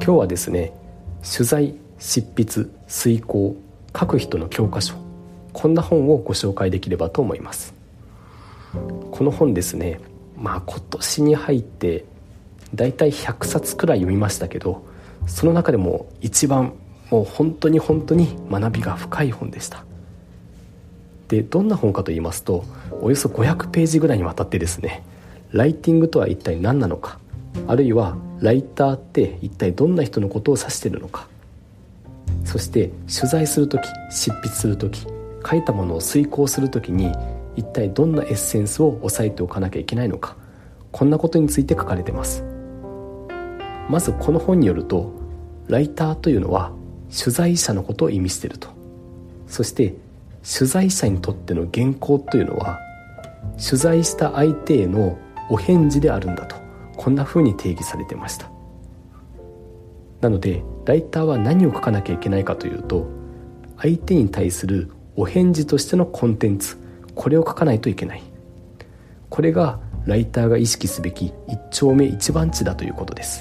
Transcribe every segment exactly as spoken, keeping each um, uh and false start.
今日はですね、取材、執筆、遂行、書く人の教科書、こんな本をご紹介できればと思います。この本ですね、まあ今年に入ってだいたいひゃくさつくらい読みましたけど、その中でも一番もう本当に本当に学びが深い本でした。で、どんな本かと言いますと、およそごひゃくページぐらいにわたってですね、ライティングとは一体何なのか、あるいはライターって一体どんな人のことを指しているのか、そして取材するとき、執筆するとき、書いたものを遂行するときに一体どんなエッセンスを押さえておかなきゃいけないのか、こんなことについて書かれています。まずこの本によると、ライターというのは取材者のことを意味していると。そして取材者にとっての原稿というのは、取材した相手へのお返事であるんだと、こんな風に定義されていました。なのでライターは何を書かなきゃいけないかというと、相手に対するお返事としてのコンテンツ、これを書かないといけない。これがライターが意識すべき一丁目一番地だということです。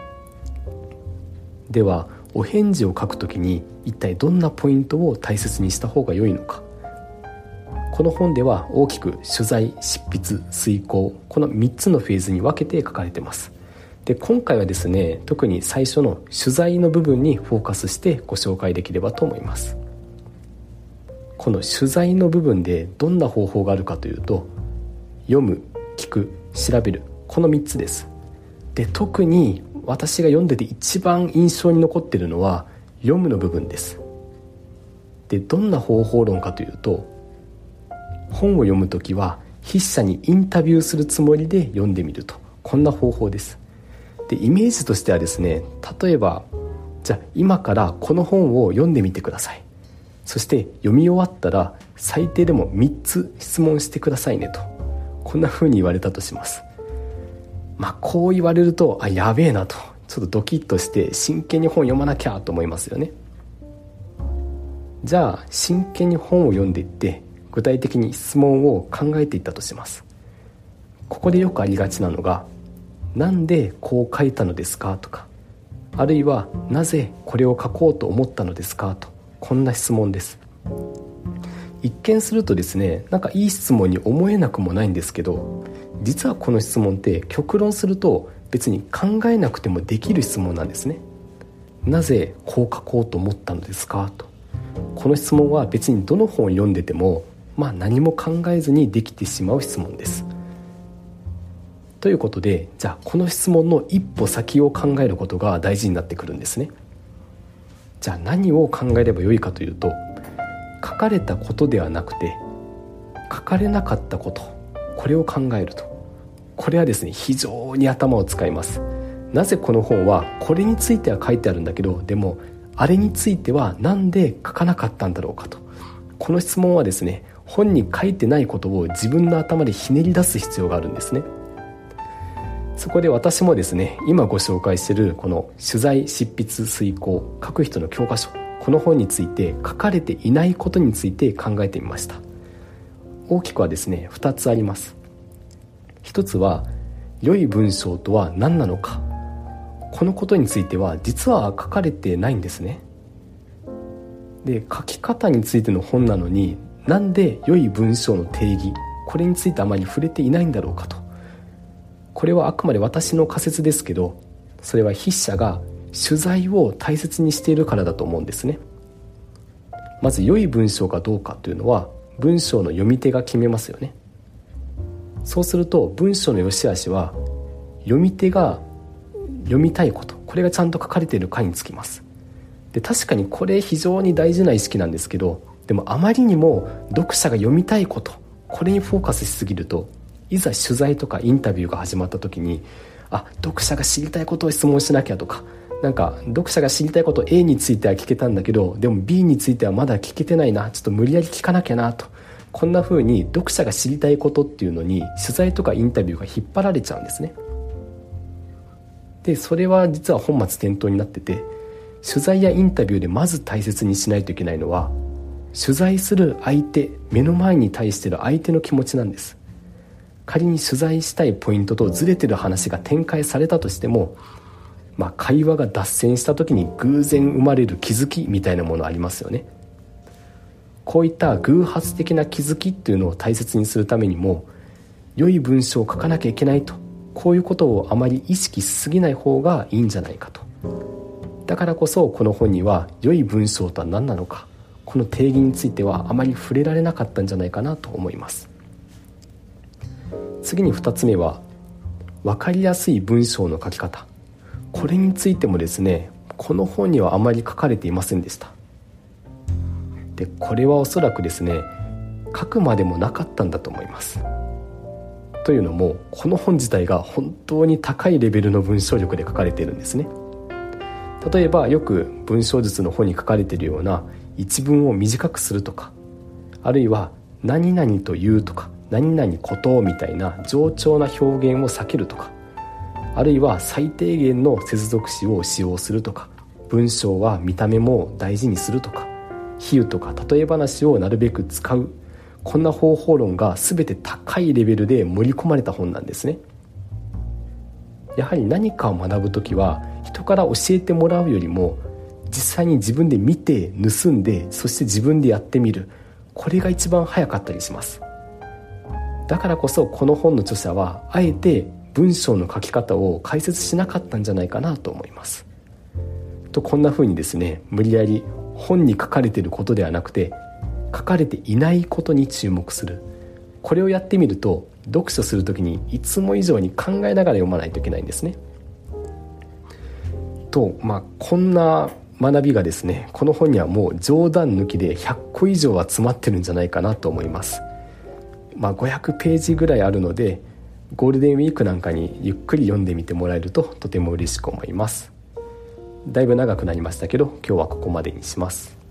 ではお返事を書くときに一体どんなポイントを大切にした方が良いのか。この本では大きく取材、執筆、遂行、このみっつのフェーズに分けて書かれています。で、今回はですね、特に最初の取材の部分にフォーカスしてご紹介できればと思います。この取材の部分でどんな方法があるかというと、読む、聞く、調べる、このみっつです。で、特に私が読んでて一番印象に残っているのは読むの部分です。で、どんな方法論かというと、本を読むときは筆者にインタビューするつもりで読んでみると、こんな方法です。で、イメージとしてはですね、例えばじゃあ今からこの本を読んでみてください、そして読み終わったら最低でもみっつ質問してくださいねと、こんな風に言われたとします。まあこう言われると、あ、やべえなと、ちょっとドキッとして真剣に本読まなきゃと思いますよね。じゃあ真剣に本を読んでいって具体的に質問を考えていったとします。ここでよくありがちなのが、なんでこう書いたのですかとか、あるいはなぜこれを書こうと思ったのですかと、こんな質問です。一見するとですね、なんかいい質問に思えなくもないんですけど、実はこの質問って極論すると別に考えなくてもできる質問なんですね。なぜこう書こうと思ったのですかと、この質問は別にどの本を読んでても、まあ何も考えずにできてしまう質問です。ということで、じゃあこの質問の一歩先を考えることが大事になってくるんですね。じゃあ何を考えればよいかというと、書かれたことではなくて書かれなかったこと、これを考えると、これはですね、非常に頭を使います。なぜこの本はこれについては書いてあるんだけど、でもあれについてはなんで書かなかったんだろうかと、この質問はですね、本に書いてないことを自分の頭でひねり出す必要があるんですね。そこで私もですね、今ご紹介しているこの取材、執筆、遂行、書く人の教科書、この本について書かれていないことについて考えてみました。大きくはですね、ふたつあります。ひとつは、良い文章とは何なのか、このことについては実は書かれてないんですね。で、書き方についての本なのに、なんで良い文章の定義、これについてあまり触れていないんだろうかと。これはあくまで私の仮説ですけど、それは筆者が取材を大切にしているからだと思うんですね。まず良い文章かどうかというのは文章の読み手が決めますよね。そうすると文章の良し悪しは読み手が読みたいこと、これがちゃんと書かれているかにつきます。で、確かにこれ非常に大事な意識なんですけど、でもあまりにも読者が読みたいこと、これにフォーカスしすぎると、いざ取材とかインタビューが始まった時に、あ、読者が知りたいことを質問しなきゃとか、なんか読者が知りたいこと A については聞けたんだけど、でも B についてはまだ聞けてないな、ちょっと無理やり聞かなきゃなと、こんな風に読者が知りたいことっていうのに取材とかインタビューが引っ張られちゃうんですね。で、それは実は本末転倒になってて、取材やインタビューでまず大切にしないといけないのは、取材する相手、目の前に対している相手の気持ちなんです。仮に取材したいポイントとずれてる話が展開されたとしても、 まあ、会話が脱線した時に偶然生まれる気づきみたいなものありますよね。こういった偶発的な気づきっていうのを大切にするためにも、良い文章を書かなきゃいけないと、こういうことをあまり意識しすぎない方がいいんじゃないかと。だからこそこの本には良い文章とは何なのか、この定義についてはあまり触れられなかったんじゃないかなと思います。次にふたつめは、分かりやすい文章の書き方。これについてもですね、この本にはあまり書かれていませんでした。で、これはおそらくですね、書くまでもなかったんだと思います。というのも、この本自体が本当に高いレベルの文章力で書かれているんですね。例えばよく文章術の本に書かれているような一文を短くするとか、あるいは何々と言うとか何々ことみたいな冗長な表現を避けるとか、あるいは最低限の接続詞を使用するとか、文章は見た目も大事にするとか、比喩とか例え話をなるべく使う、こんな方法論が全て高いレベルで盛り込まれた本なんですね。やはり何かを学ぶときは、人から教えてもらうよりも実際に自分で見て盗んで、そして自分でやってみる、これが一番早かったりします。だからこそこの本の著者はあえて文章の書き方を解説しなかったんじゃないかなと思います。と、こんな風にですね、無理やり本に書かれていることではなくて書かれていないことに注目する、これをやってみると読書するときにいつも以上に考えながら読まないといけないんですね。と、まあ、こんな学びがですね、この本にはもう冗談抜きでひゃっこ以上は詰まってるんじゃないかなと思います。まあ、ごひゃくページぐらいあるので、ゴールデンウィークなんかにゆっくり読んでみてもらえるととても嬉しく思います。だいぶ長くなりましたけど、今日はここまでにします。